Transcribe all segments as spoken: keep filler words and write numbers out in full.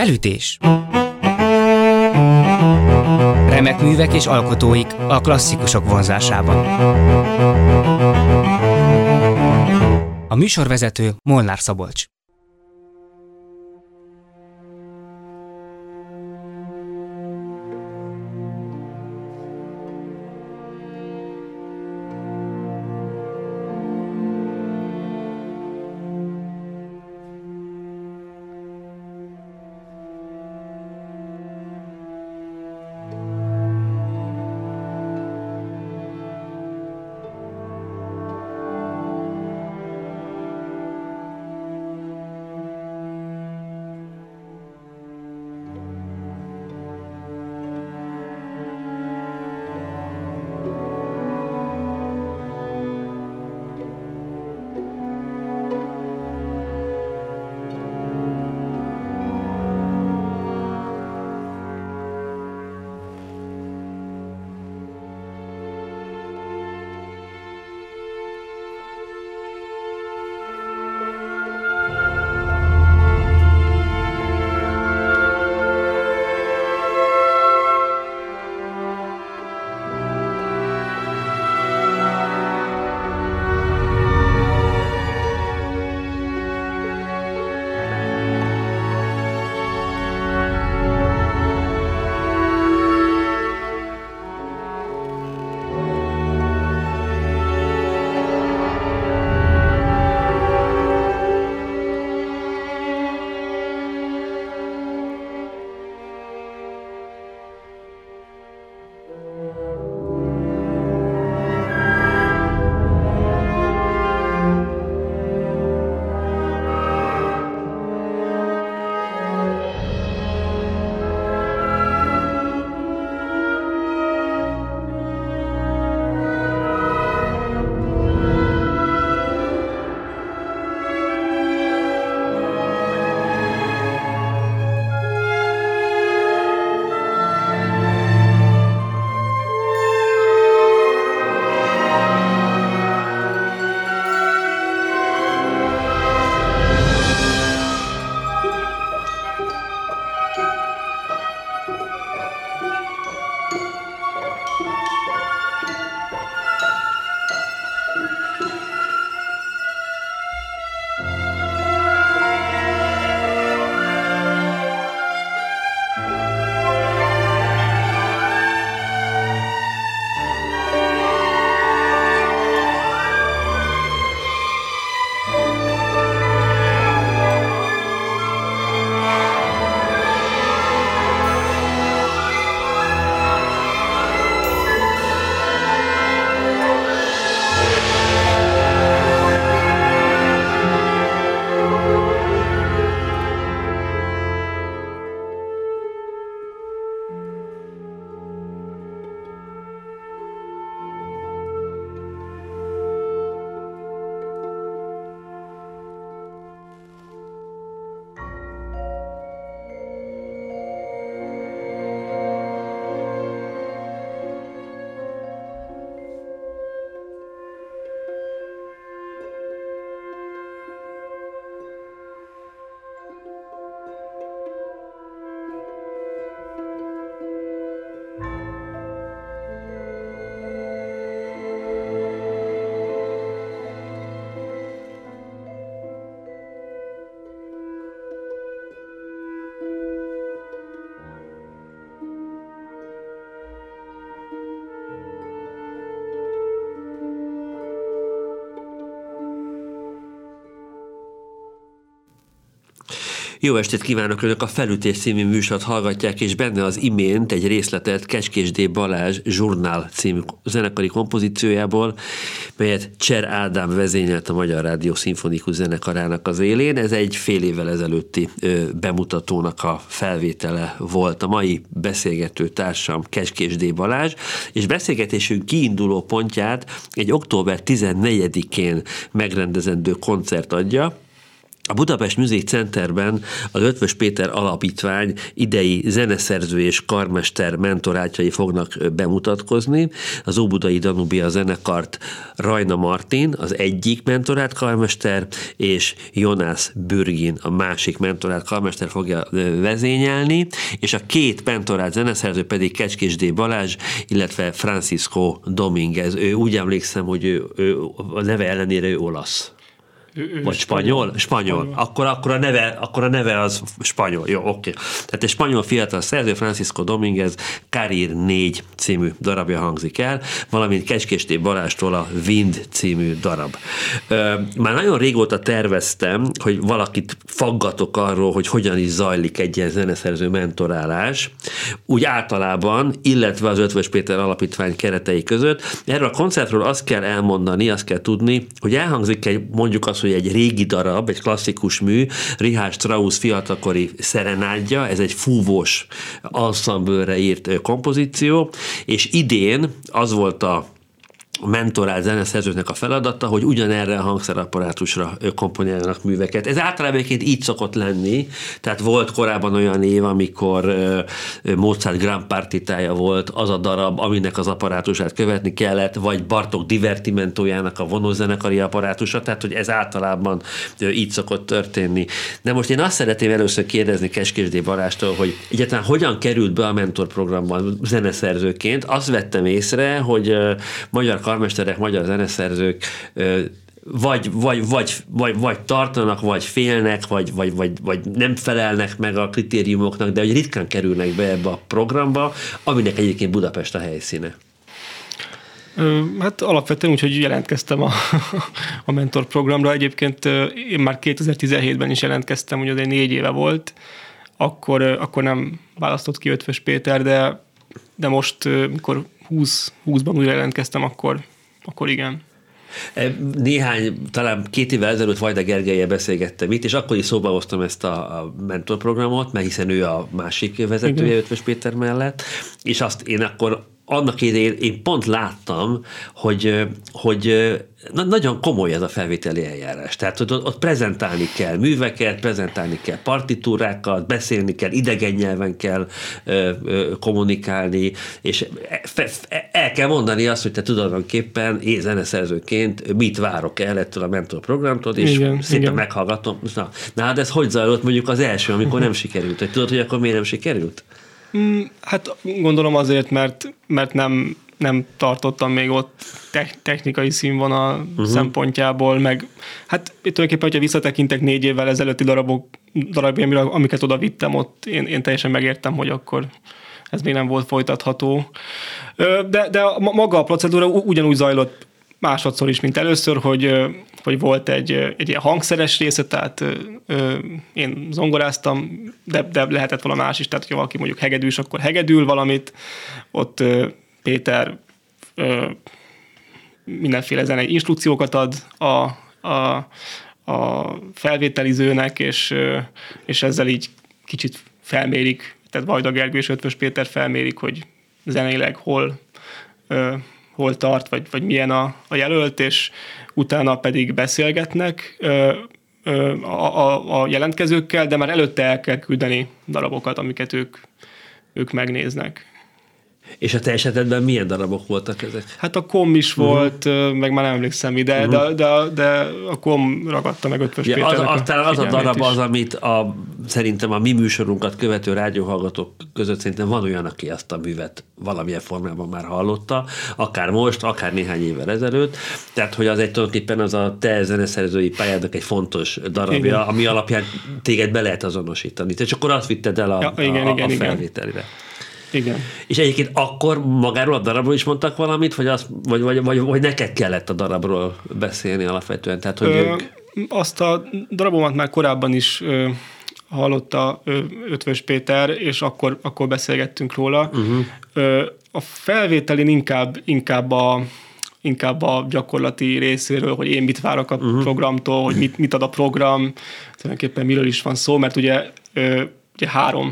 Felütés. Remek művek és alkotóik a klasszikusok vonzásában. A műsorvezető Molnár Szabolcs. Jó estét kívánok! Önök a Felütés című műsort hallgatják, és benne az imént egy részletet Kecskés D. Balázs Zsurnál című zenekari kompozíciójából, melyet Cser Ádám vezényelt a Magyar Rádió Szimfonikus Zenekarának az élén. Ez egy fél évvel ezelőtti ö, bemutatónak a felvétele volt. A mai beszélgető társam Kecskés D. Balázs, és beszélgetésünk kiinduló pontját egy október tizennegyedikén megrendezendő koncert adja, A Budapest Music Centerben az Eötvös Péter Alapítvány idei zeneszerző és karmester mentorátjai fognak bemutatkozni. Az Óbudai Danubia zenekart Rajna Martin, az egyik mentorát karmester, és Jonas Bürgin, a másik mentorát karmester fogja vezényelni, és a két mentorát zeneszerző pedig Kecskés D. Balázs, illetve Francisco Dominguez. Ő úgy emlékszem, hogy ő, ő, a neve ellenére ő olasz. Ő, ő Vagy spanyol? Spanyol. spanyol. Akkor, akkor, a neve, akkor a neve az spanyol. Jó, oké. Tehát egy spanyol fiatal szerző, Francisco Dominguez, Carrier négy című darabja hangzik el, valamint Kecskés T. Balástól a Wind című darab. Már nagyon régóta terveztem, hogy valakit faggatok arról, hogy hogyan is zajlik egy ilyen zeneszerző mentorálás, úgy általában, illetve az Eötvös Péter Alapítvány keretei között. Erről a koncertről azt kell elmondani, azt kell tudni, hogy elhangzik egy, mondjuk azt, hogy egy régi darab, egy klasszikus mű, Richard Strauss fiatalkori szerenádja, ez egy fúvós ensemble-re írt kompozíció, és idén az volt a a mentorált zeneszerzőknek a feladata, hogy ugyanerre a hangszerapparátusra komponáljanak műveket. Ez általában egyébként így szokott lenni, tehát volt korábban olyan év, amikor Mozart Grand Partitája volt az a darab, aminek az apparátusát követni kellett, vagy Bartók Divertimentójának a vonózenekari apparátusa, tehát hogy ez általában így szokott történni. De most én azt szeretném először kérdezni Kecskés D. Balástól, hogy egyáltalán hogyan került be a mentorprogramban zeneszerzőként. Azt vettem észre, hogy magyar karmesterek, magyar zeneszerzők vagy, vagy, vagy, vagy, vagy tartanak, vagy félnek, vagy, vagy, vagy, vagy nem felelnek meg a kritériumoknak, de hogy ritkán kerülnek be ebbe a programba, aminek egyébként Budapest a helyszíne. Hát alapvetően úgy, hogy jelentkeztem a, a mentorprogramra. Egyébként én már kétezer-tizenhétben is jelentkeztem, ugye az egy négy éve volt, akkor, akkor nem választott ki Eötvös Péter, de, de most, mikor húszban újra jelentkeztem, akkor, akkor igen. Néhány, talán két évvel ezelőtt Vajda Gergellyel beszélgettem itt, és akkor is szóba hoztam ezt a, a mentorprogramot, mert hiszen ő a másik vezetője Eötvös Péter mellett, és azt én akkor annak idején én pont láttam, hogy, hogy nagyon komoly ez a felvételi eljárás. Tehát ott, ott prezentálni kell műveket, prezentálni kell partitúrákat, beszélni kell, idegen nyelven kell ö, ö, kommunikálni, és el kell mondani azt, hogy te tulajdonképpen én zeneszerzőként mit várok el ettől a mentorprogramtól, és igen, szépen igen. meghallgatom. Na, na, de ez hogy zajlott mondjuk az első, amikor nem sikerült? Hogy tudod, hogy akkor miért nem sikerült? Hát gondolom azért, mert, mert nem, nem tartottam még ott technikai színvonal uh-huh. szempontjából, meg hát tulajdonképpen, hogyha visszatekintek négy évvel ezelőtti darabok, darabjaimra, amiket oda vittem ott, én, én teljesen megértem, hogy akkor ez még nem volt folytatható. De, de maga a procedúra ugyanúgy zajlott másodszor is, mint először, hogy, hogy volt egy, egy ilyen hangszeres része, tehát ö, én zongoráztam, de, de lehetett valami más is, tehát hogyha valaki mondjuk hegedűs, akkor hegedül valamit, ott ö, Péter ö, mindenféle zenei instrukciókat ad a, a, a felvételizőnek, és, ö, és ezzel így kicsit felmérik, tehát Vajda Gergő és Eötvös Péter felmérik, hogy zeneileg hol ö, hol tart, vagy, vagy milyen a, a jelölt, és utána pedig beszélgetnek ö, ö, a, a, a jelentkezőkkel, de már előtte el kell küldeni darabokat, amiket ők, ők megnéznek. És a te esetedben milyen darabok voltak ezek? Hát a Kom is uh-huh. volt, meg már nem emlékszem ide, uh-huh. de, de, de a Kom ragadta meg Eötvös ja, Péternek az, az, az a darab is. az, amit a, szerintem a mi műsorunkat követő rádióhallgatók között szerintem van olyan, aki ezt a művet valamilyen formában már hallotta, akár most, akár néhány évvel ezelőtt. Tehát, hogy az egy tulajdonképpen az a te zeneszerzői pályának egy fontos darabja, igen. ami alapján téged be lehet azonosítani. És akkor azt vitted el a, ja, igen, a, igen, a felvételre. Igen. És egyébként akkor magáról a darabról is mondtak valamit, vagy, az, vagy, vagy, vagy, vagy neked kellett a darabról beszélni alapvetően? Tehát, hogy ö, ők... Azt a darabomat már korábban is ö, hallotta ö, Eötvös Péter, és akkor, akkor beszélgettünk róla. Uh-huh. Ö, a felvételén inkább, inkább, a, inkább a gyakorlati részéről, hogy én mit várok a uh-huh. programtól, hogy mit, mit ad a program, tulajdonképpen miről is van szó, mert ugye, ö, ugye három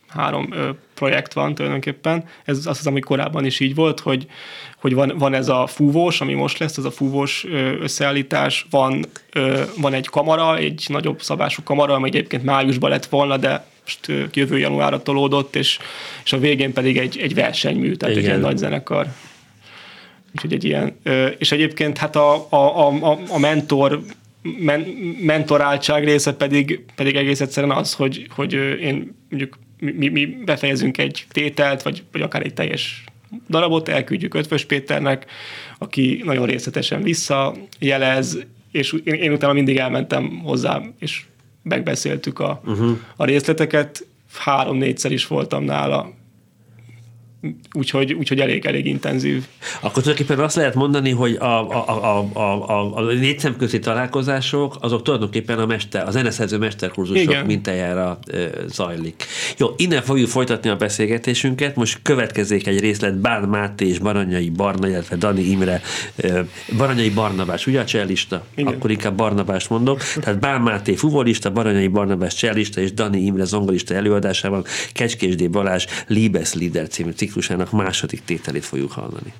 három ö, projekt van tulajdonképpen. Ez azt hiszem, hogy korábban is így volt, hogy, hogy van, van ez a fúvós, ami most lesz, ez a fúvós ö, összeállítás, van, ö, van egy kamara, egy nagyobb szabású kamara, ami egyébként májusban lett volna, de most ö, jövő januárra tolódott, és, és a végén pedig egy, egy versenymű, tehát igen. Egy ilyen nagy zenekar. Úgyhogy egy ilyen, ö, és egyébként hát a, a, a, a mentor men, mentoráltság része pedig, pedig egész egyszerűen az, hogy, hogy én mondjuk mi, mi befejezünk egy tételt, vagy, vagy akár egy teljes darabot, elküldjük Ötvös Péternek, aki nagyon részletesen visszajelez, és én, én utána mindig elmentem hozzá, és megbeszéltük a, uh-huh. a részleteket. Három-négyszer is voltam nála, úgyhogy, úgyhogy elég, elég intenzív. Akkor tulajdonképpen azt lehet mondani, hogy a, a, a, a, a, a négy szemközi találkozások, azok tulajdonképpen a mester, a zeneszerző mesterkurzusok Igen. mintájára e, zajlik. Jó, innen fogjuk folytatni a beszélgetésünket. Most következik egy részlet Bán Máté és Baranyai Barna, illetve Dani Imre, e, Baranyai Barnabás, ugye a csellista? Igen. Akkor inkább Barnabást mondok. Tehát Bán Máté fuvolista, Baranyai Barnabás csellista és Dani Imre zongorista előadásában Kecskésdé Balázs Liebeslieder című ciklusának második tételét fogjuk hallani.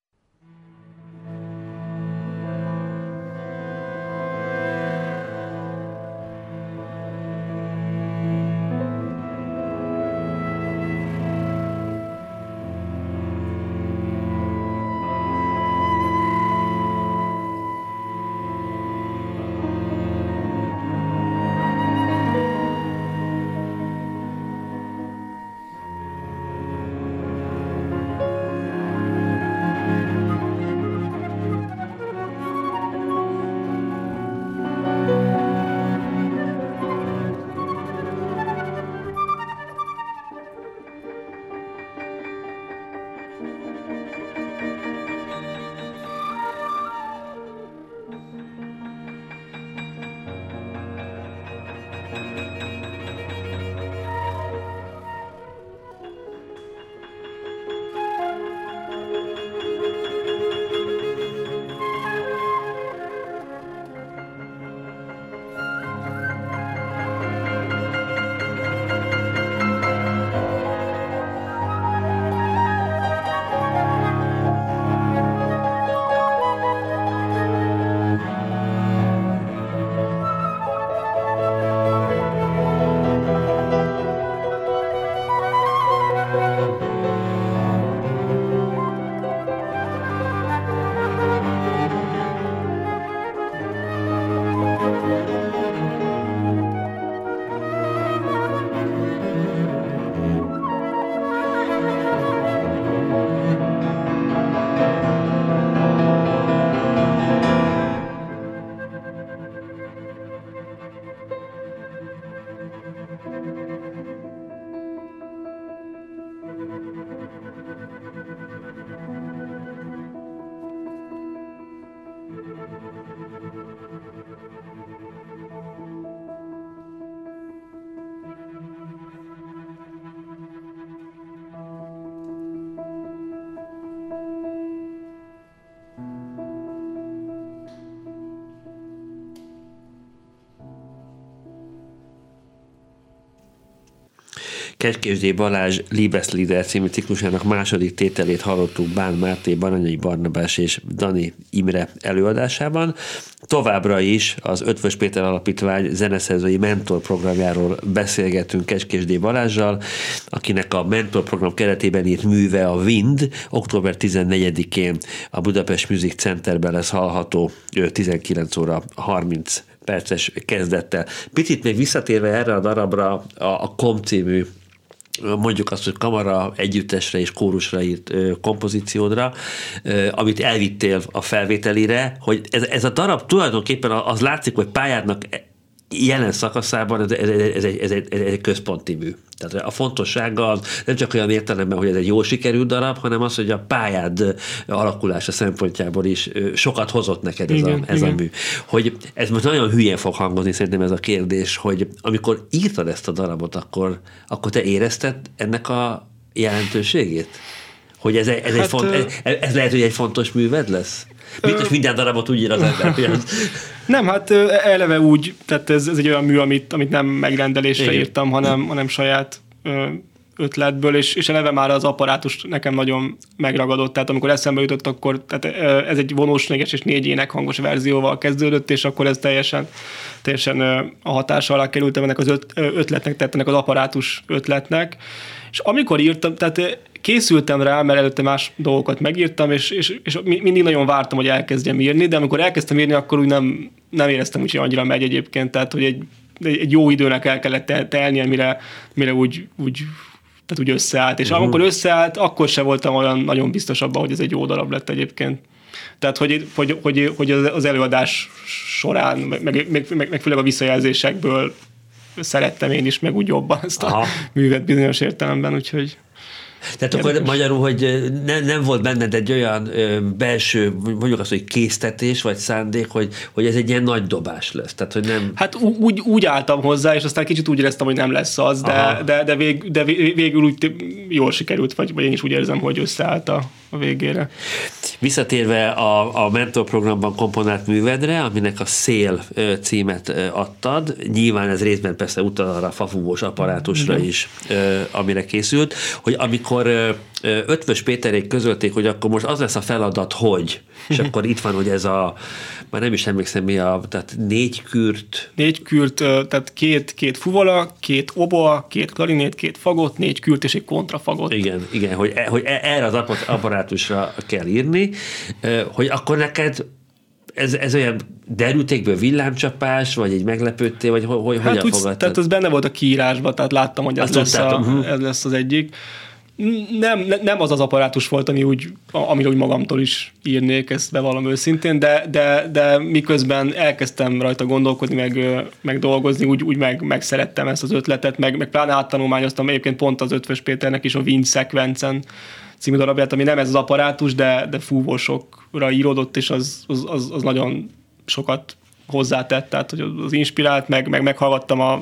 Kecskésdé Balázs Liebeslieder című ciklusának második tételét hallottuk Bán Máté, Baranyai Barnabás és Dani Imre előadásában. Továbbra is az Ötvös Péter Alapítvány zeneszerzői mentorprogramjáról beszélgetünk Kecskésdé Balázssal, akinek a mentorprogram keretében írt műve a Wind október tizennegyedikén a Budapest Music Centerben lesz hallható tizenkilenc óra harminc perces kezdettel. Picit még visszatérve erre a darabra, a, a Kom című, mondjuk azt, hogy kamara együttesre és kórusra írt ö, kompozíciódra, ö, amit elvittél a felvételire, hogy ez, ez a darab tulajdonképpen az látszik, hogy pályádnak jelen szakaszában ez, ez, ez, egy, ez, egy, ez egy központi mű. Tehát a fontossága az nem csak olyan értelemben, hogy ez egy jól sikerült darab, hanem az, hogy a pályád alakulása szempontjából is sokat hozott neked ez, igen, a, ez a mű. Hogy ez most nagyon hülyén fog hangozni szerintem ez a kérdés, hogy amikor írtad ezt a darabot, akkor, akkor te érezted ennek a jelentőségét? Hogy ez, ez, hát, egy font, ez, ez lehet, hogy egy fontos műved lesz? Biztos minden darabot úgy ír az ember, hogy az... Nem, hát eleve úgy, tehát ez, ez egy olyan mű, amit, amit nem megrendelésre Igen. írtam, hanem, hanem saját ö, ötletből, és, és eleve már az apparátus nekem nagyon megragadott, tehát amikor eszembe jutott, akkor tehát ez egy vonós négyes és négy énekhangos verzióval kezdődött, és akkor ez teljesen, teljesen a hatása alá kerültem ennek az öt, ötletnek, tehát ennek az apparátus ötletnek, és amikor írtam, tehát készültem rá, mert előtte más dolgokat megírtam, és, és, és mindig nagyon vártam, hogy elkezdjem írni, de amikor elkezdtem írni, akkor úgy nem, nem éreztem, hogy annyira megy egyébként, tehát hogy egy, egy jó időnek el kellett telnie, mire, mire úgy, úgy, tehát úgy összeállt. És uh-huh. amikor összeállt, akkor se voltam olyan nagyon biztos abban, hogy ez egy jó darab lett egyébként. Tehát, hogy, hogy, hogy, hogy az előadás során, meg, meg, meg, meg főleg a visszajelzésekből szerettem én is, meg úgy jobban ezt a Aha. művet bizonyos értelemben, úgyhogy... Tehát akkor magyarul, hogy ne, nem volt benned egy olyan ö, belső, mondjuk azt, hogy késztetés, vagy szándék, hogy, hogy ez egy ilyen nagy dobás lesz. Tehát, hogy nem... Hát úgy, úgy álltam hozzá, és aztán kicsit úgy éreztem, hogy nem lesz az, de, de, de, vég, de végül úgy jól sikerült, vagy, vagy én is úgy érzem, hogy összeállt a, a végére. Visszatérve a, a mentorprogramban komponált művedre, aminek a Szél címet adtad, nyilván ez részben persze utal arra a fafúvós apparátusra is, amire készült, hogy amikor Ötvös Péterék közölték, hogy akkor most az lesz a feladat, hogy, és akkor itt van, hogy ez a, már nem is emlékszem mi a, tehát négy kürt. Négy kürt, tehát két, két fuvola, két oboa, két klarinét, két fagot, négy kürt és egy kontrafagot. Igen, igen, hogy, hogy erre az apparátusra kell írni, hogy akkor neked Ez, ez olyan derültékből villámcsapás, vagy egy meglepődtél, vagy hogy, hogy hát hogyan úgy, fogadtad? Tehát az benne volt a kiírásban, tehát láttam, hogy ez, lesz, a, uh-huh. ez lesz az egyik. Nem, nem az az apparátus volt, ami úgy, amire úgy magamtól is írnék, ezt bevallom őszintén, de, de, de miközben elkezdtem rajta gondolkodni, meg, meg dolgozni, úgy, úgy meg, megszerettem ezt az ötletet, meg, meg pláne áttanulmányoztam egyébként pont az Ötvös Péternek is a Wind Sequencen című darabját, ami nem ez az apparátus, de, de fúvósokra íródott, és az, az, az, az nagyon sokat hozzátett, tehát hogy az inspirált, meg, meg meghallgattam a,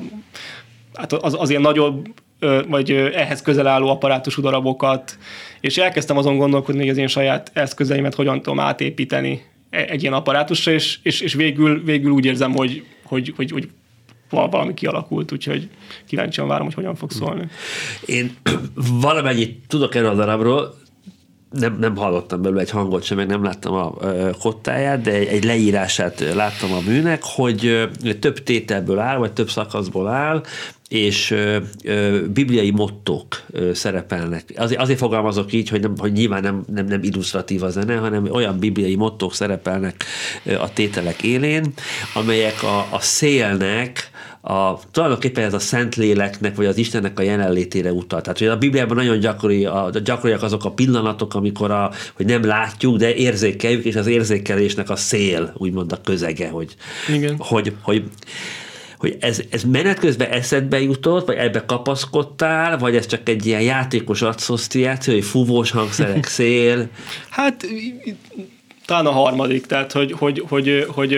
hát az, az ilyen nagyobb, vagy ehhez közel álló apparátusú darabokat, és elkezdtem azon gondolkodni, hogy az én saját eszközeimet hogyan tudom átépíteni egy ilyen apparátusra, és, és, és végül, végül úgy érzem, hogy, hogy, hogy, hogy valami kialakult, úgyhogy kíváncsian várom, hogy hogyan fog szólni. Én valamennyit tudok erről a darabról, nem, nem hallottam belőle egy hangot sem, meg nem láttam a kottáját, de egy, egy leírását láttam a műnek, hogy több tételből áll, vagy több szakaszból áll, és ö, ö, bibliai mottók ö, szerepelnek. Azért, azért fogalmazok így, hogy, nem, hogy nyilván nem, nem, nem illusztratív a zene, hanem olyan bibliai mottók szerepelnek ö, a tételek élén, amelyek a, a szélnek, a, tulajdonképpen ez a Szentléleknek, vagy az Istennek a jelenlétére utal. Tehát, hogy a Bibliában nagyon gyakori, a, gyakoriak azok a pillanatok, amikor a, hogy nem látjuk, de érzékeljük, és az érzékelésnek a szél, úgymond a közege, hogy, Igen. hogy, hogy hogy ez, ez menet közben eszedbe jutott, vagy ebbe kapaszkodtál, vagy ez csak egy ilyen játékos asszociáció, hogy fúvós hangszerek, szél? Hát talán a harmadik, tehát hogy, hogy, hogy, hogy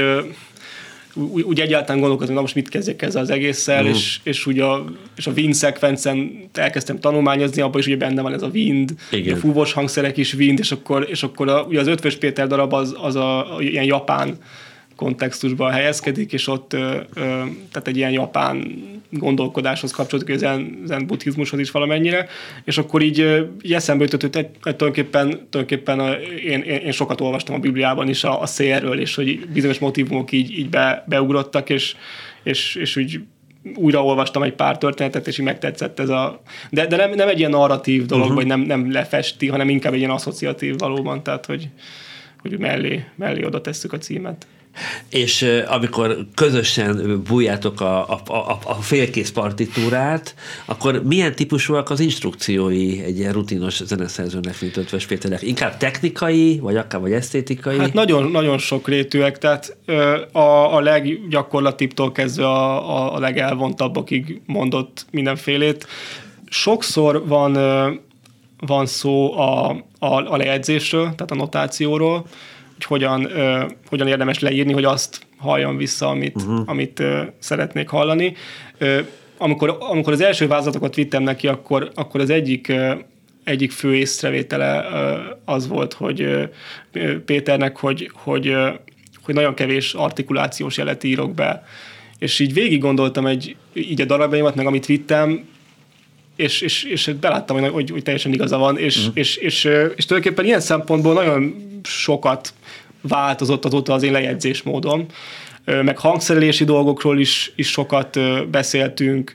úgy, úgy egyáltalán gondolkodom, na most mit kezdjek ezzel az egésszel, mm. és, és, úgy a, és a Wind Sequencen elkezdtem tanulmányozni, abban is ugye benne van ez a Wind, a fúvós hangszerek is Wind, és akkor, és akkor a, ugye az Ötvös Péter darab az, az a, a ilyen japán kontextusban helyezkedik, és ott ö, ö, tehát egy ilyen japán gondolkodáshoz kapcsolódik, hogy zen, zen buddhizmushoz is valamennyire, és akkor így, így eszembe jutott, hogy egy, egy tulajdonképpen, tulajdonképpen a, én, én sokat olvastam a Bibliában is a, a szélről, és hogy bizonyos motívumok így, így be, beugrottak, és, és, és úgy újra olvastam egy pár történetet, és így megtetszett ez a... De, de nem, nem egy ilyen narratív dolog, uh-huh. vagy nem, nem lefesti, hanem inkább egy ilyen asszociatív valóban, tehát hogy, hogy mellé, mellé oda tesszük a címet. És uh, amikor közösen bújjátok a, a, a, a félkész partitúrát, akkor milyen típusúak az instrukciói egy ilyen rutinos zeneszerzőnek, mint Ötvös Péternek? Inkább technikai, vagy akár vagy esztétikai? Hát nagyon, nagyon sok rétűek, tehát a, a leggyakorlatibbtól kezdve a, a legelvontabbakig mondott mindenfélét. Sokszor van, van szó a, a, a lejegyzésről, tehát a notációról, hogy hogyan, uh, hogyan érdemes leírni, hogy azt halljam vissza, amit, uh-huh. amit uh, szeretnék hallani. Uh, amikor, amikor az első vázlatokat vittem neki, akkor, akkor az egyik, uh, egyik fő észrevétele uh, az volt, hogy uh, Péternek, hogy, hogy, uh, hogy nagyon kevés artikulációs jelet írok be. És így végig gondoltam egy, így a darabjaimat, meg amit vittem, és, és, és beláttam, hogy, hogy, hogy teljesen igaza van, és, mm. és, és, és, és tulajdonképpen ilyen szempontból nagyon sokat változott azóta az én lejegyzésmódom, meg hangszerelési dolgokról is, is sokat beszéltünk,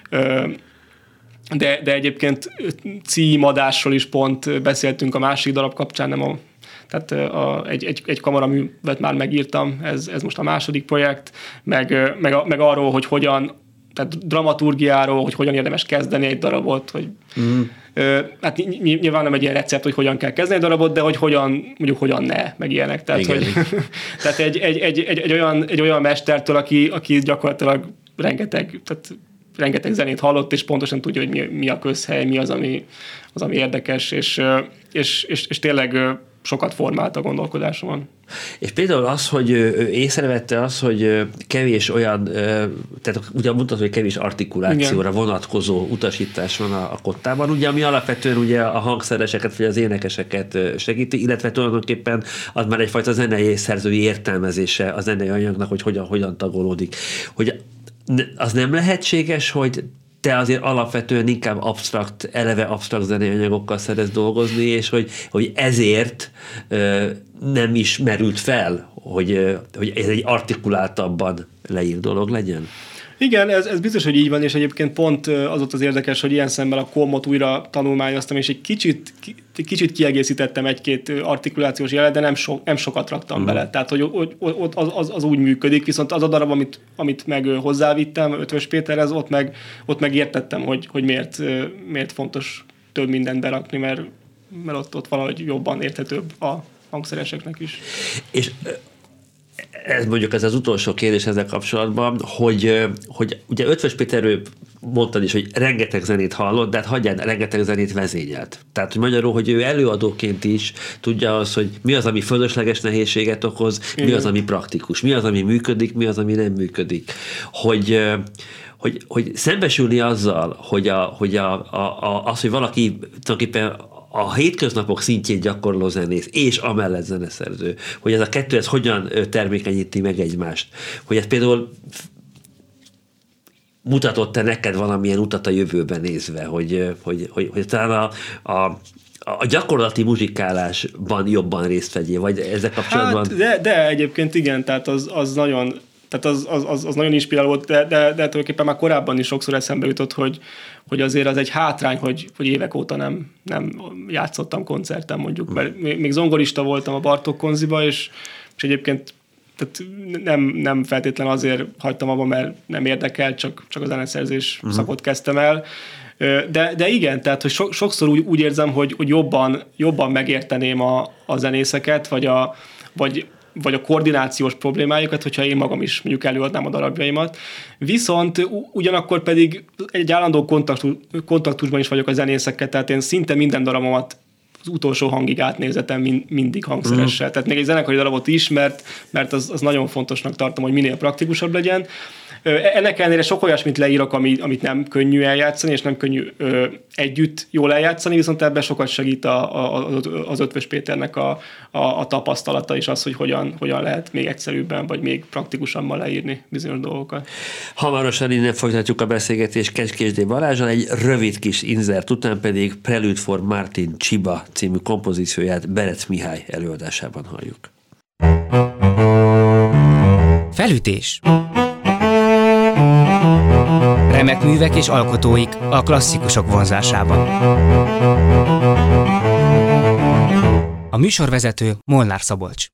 de, de egyébként címadásról is pont beszéltünk a másik darab kapcsán, nem a, tehát a, egy, egy, egy kamaraművet már megírtam, ez, ez most a második projekt, meg, meg, meg arról, hogy hogyan, tehát dramaturgiáról, hogy hogyan érdemes kezdeni egy darabot, hogy mm. hát nyilván nem egy ilyen recept, hogy hogyan kell kezdeni egy darabot, de hogy hogyan, mondjuk hogyan ne, meg ilyenek. Tehát, hogy, tehát egy, egy, egy, egy, egy, olyan, egy olyan mestertől, aki, aki gyakorlatilag rengeteg, tehát rengeteg zenét hallott, és pontosan tudja, hogy mi, mi a közhely, mi az, ami, az, ami érdekes, és, és, és, és tényleg sokat formált a gondolkodásomon. És például az, hogy ő észrevette az, hogy kevés olyan, tehát ugye mondtad, hogy kevés artikulációra igen. vonatkozó utasítás van a, a kottában, ugye, ami alapvetően ugye a hangszereseket, vagy az énekeseket segíti, illetve tulajdonképpen az már egyfajta zenei szerzői értelmezése a zenei anyagnak, hogy hogyan, hogyan tagolódik. Hogy az nem lehetséges, hogy te azért alapvetően inkább absztrakt, eleve absztrakt zenei anyagokkal szeretsz dolgozni, és hogy, hogy ezért ö, nem is merült fel, hogy, ö, hogy ez egy artikuláltabban leírt dolog legyen? Igen, ez, ez biztos, hogy így van, és egyébként pont az ott az érdekes, hogy ilyen szemben a Kolmot újra tanulmányoztam, és egy kicsit, kicsit kiegészítettem egy-két artikulációs jelet, de nem, so, nem sokat raktam uh-huh. bele. Tehát, hogy ott az, az, az úgy működik, viszont az a darab, amit, amit meg hozzávittem Ötvös Péterhez, ott meg, ott meg értettem, hogy, hogy miért, miért fontos több mindent berakni, mert, mert ott, ott valahogy jobban érthetőbb a hangszereseknek is. És ez mondjuk ez az utolsó kérdés ezzel kapcsolatban, hogy, hogy ugye Ötvös Péterről mondtad is, hogy rengeteg zenét hallott, de hát hagyján, rengeteg zenét vezényelt. Tehát, hogy magyarul, hogy ő előadóként is tudja az, hogy mi az, ami fölösleges nehézséget okoz, mi az, ami praktikus, mi az, ami működik, mi az, ami nem működik. Hogy, hogy, hogy szembesülni azzal, hogy, a, hogy a, a, a, az, hogy valaki tulajdonképpen a hétköznapok szintjén gyakorló zenész, és amellett zeneszerző, hogy ez a kettő ez hogyan termékenyíti meg egymást. Hogy ez például mutatott-e neked valamilyen utat a jövőben nézve, hogy, hogy, hogy, hogy talán a, a a gyakorlati muzsikálásban jobban részt vegyél, vagy ezzel kapcsolatban? Hát, de, de egyébként igen, tehát az, az nagyon tehát az, az, az, az nagyon inspiráló volt, de, de, de tulajdonképpen már korábban is sokszor eszembe jutott, hogy, hogy azért az egy hátrány, hogy, hogy évek óta nem, nem játszottam koncerten mondjuk, mert még zongorista voltam a Bartók Konziba, és, és egyébként tehát nem, nem feltétlen azért hagytam abba, mert nem érdekel, csak, csak a zeneszerzés uh-huh. szakot kezdtem el. De, de igen, tehát hogy so, sokszor úgy, úgy érzem, hogy, hogy jobban, jobban megérteném a, a zenészeket, vagy a, vagy, vagy a koordinációs problémájukat, hogyha én magam is mondjuk előadnám a darabjaimat. Viszont ugyanakkor pedig egy állandó kontaktus, kontaktusban is vagyok a zenészekkel, tehát én szinte minden darabomat az utolsó hangig átnézetem mind, mindig hangszeressel. Mm. Tehát még egy zenekari darabot is, mert, mert az, az nagyon fontosnak tartom, hogy minél praktikusabb legyen. Ennek ellenére sok olyasmit leírok, ami, amit nem könnyű eljátszani, és nem könnyű ö, együtt jól eljátszani, viszont ebben sokat segít a, a, az Ötvös Péternek a, a, a tapasztalata is az, hogy hogyan, hogyan lehet még egyszerűbben, vagy még praktikusabban leírni bizonyos dolgokat. Hamarosan innen folytatjuk a beszélgetést Kecskésdé Balázsral, egy rövid kis inzert után pedig Prelude for Martin Csiba című kompozícióját Berec Mihály előadásában halljuk. Felütés. Remek művek és alkotóik a klasszikusok vonzásában. A műsorvezető Molnár Szabolcs.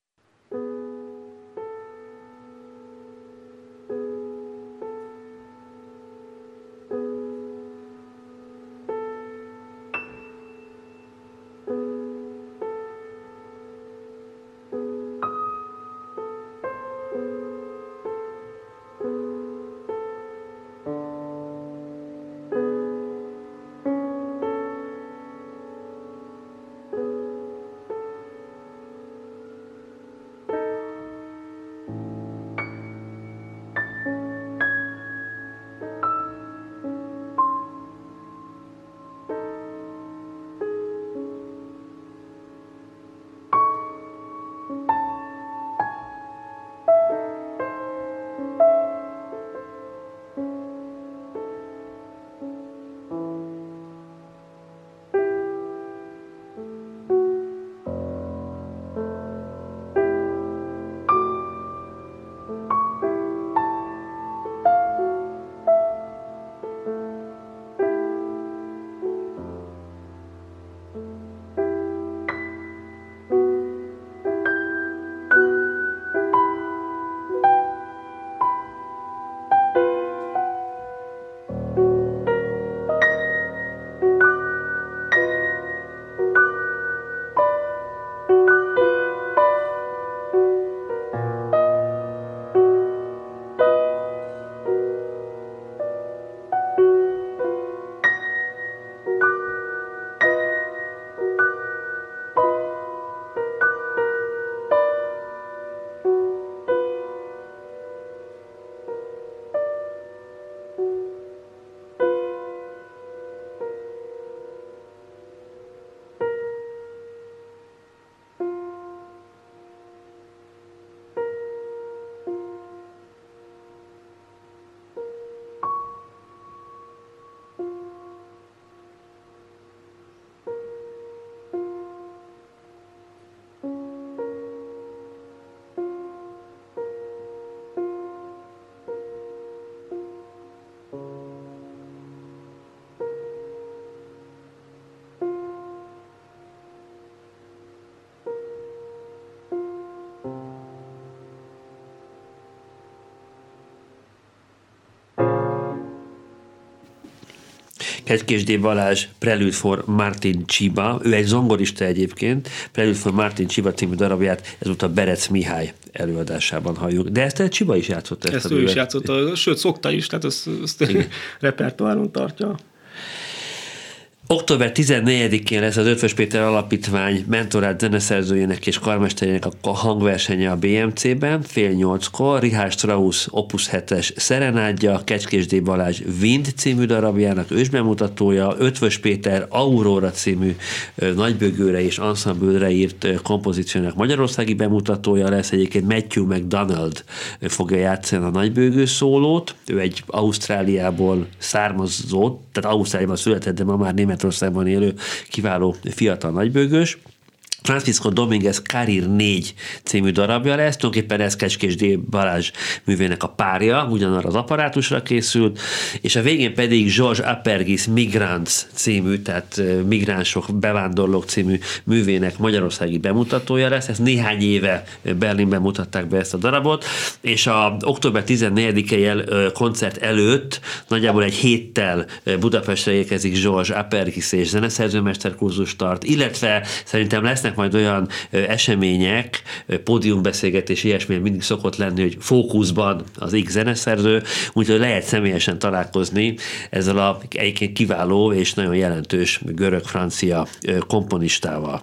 Kecskés D. Balázs, Prelude for Martin Csiba, ő egy zongorista egyébként, Prelude for Martin Csiba című darabját ezúttal Berec Mihály előadásában halljuk. De ezt a Csiba is játszott. Ezt, ezt ő ő is is játszotta, sőt szokta is, tehát azt, azt repertoáron tartja. október tizennegyedikén lesz az Eötvös Péter Alapítvány mentorát zeneszerzőjének és karmesterének a hangversenye a bé em cé-ben, fél nyolckor, Richard Strauss Opus hetes szerenádja, Kecskés D. Balázs Wind című darabjának ősbemutatója, Eötvös Péter Aurora című nagybőgőre és ensemble-re írt kompozíciónak magyarországi bemutatója lesz, egyébként Matthew McDonald fogja játszani a nagybőgő szólót, ő egy Ausztráliából származó, tehát Ausztráliában született, de ma már Németországban élő kiváló fiatal nagybőgős. Francisco Dominguez Carril négy című darabja lesz, tulajdonképpen ez Kecskés D. Balázs művének a párja, ugyanarra az apparátusra készült, és a végén pedig George Apergis Migrants című, tehát migránsok, bevándorlók című művének magyarországi bemutatója lesz. Ezt néhány éve Berlinben mutatták be ezt a darabot, és a október tizennegyedikei koncert előtt nagyjából egy héttel Budapestre érkezik George Apergis és zeneszerzőmesterkurzus tart, illetve szerintem lesznek majd olyan események, pódiumbeszélgetés, ilyesmi mindig szokott lenni, hogy fókuszban az X zeneszerző, úgyhogy lehet személyesen találkozni ezzel a egyébként kiváló és nagyon jelentős görög-francia komponistával.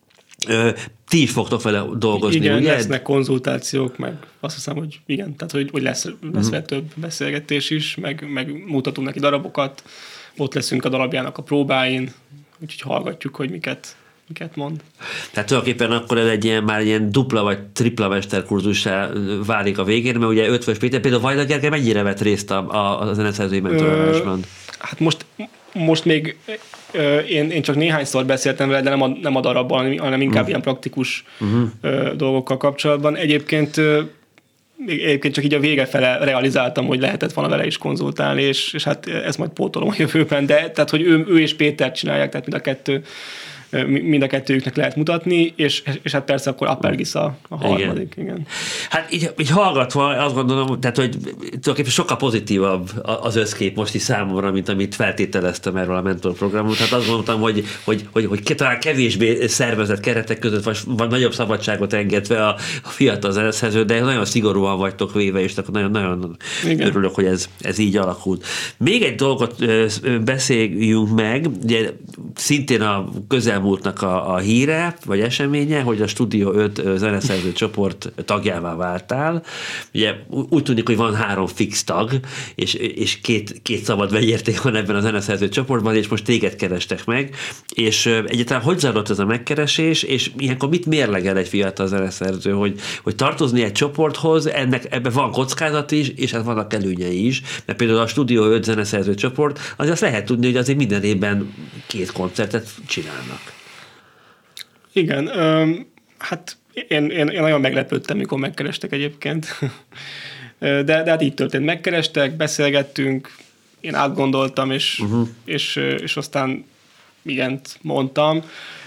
Ti is fogtok vele dolgozni, igen, ugye? Lesznek konzultációk, meg azt hiszem, hogy igen, tehát hogy, hogy lesz, lesz mm. több beszélgetés is, meg, meg mutatunk neki darabokat, ott leszünk a darabjának a próbáin, úgyhogy hallgatjuk, hogy miket miket mond. Tehát tulajdonképpen akkor ez egy ilyen, már ilyen dupla vagy tripla mesterkurzussá válik a végén, mert ugye Eötvös Péter, például Vajda Gergely mennyire vett részt a, a, a zeneszerzői mentorálásban? Hát most, most még ö, én, én csak néhányszor beszéltem vele, de nem a, nem a darabban, hanem inkább uh. ilyen praktikus uh-huh. ö, dolgokkal kapcsolatban. Egyébként ö, Egyébként csak így a vége fele realizáltam, hogy lehetett volna vele is konzultálni, és, és hát ezt majd pótolom a jövőben, de tehát, hogy ő, ő és Péter csinálják, tehát mind a kettő mind a kettőjüknek lehet mutatni, és, és hát persze akkor Apergis a, a harmadik. Igen. Igen. Hát így, így hallgatva azt gondolom, tehát, hogy tulajdonképpen sokkal pozitívabb az összkép most is számomra, mint amit feltételeztem erről a mentorprogramot. Hát azt gondoltam, hogy, hogy, hogy, hogy talán kevésbé szervezett keretek között, vagy, vagy nagyobb szabadságot engedve a, a fiatal zeneszerző, de nagyon szigorúan vagytok véve, és akkor nagyon-nagyon örülök, hogy ez, ez így alakult. Még egy dolgot beszéljünk meg, ugye szintén a közelmúltnak a, a híre, vagy eseménye, hogy a Stúdió öt zeneszerző csoport tagjává váltál. Ugye úgy tűnik, hogy van három fix tag, és, és két, két szabad vegyérték van ebben a zeneszerző csoportban, és most téged kerestek meg, és egyáltalán hogy zajlott ez a megkeresés, és ilyenkor mit mérlegel egy fiatal zeneszerző, hogy, hogy tartozni egy csoporthoz, ennek ebben van kockázat is, és hát vannak előnyei is, mert például a Stúdió öt zeneszerző csoport, az azt lehet tudni, hogy azért minden évben két koncertet csinálnak. Igen, öm, hát én, én, én nagyon meglepődtem, mikor megkerestek egyébként. De, de hát így történt. Megkerestek, beszélgettünk, én átgondoltam, és, uh-huh. és, és aztán igent mondtam.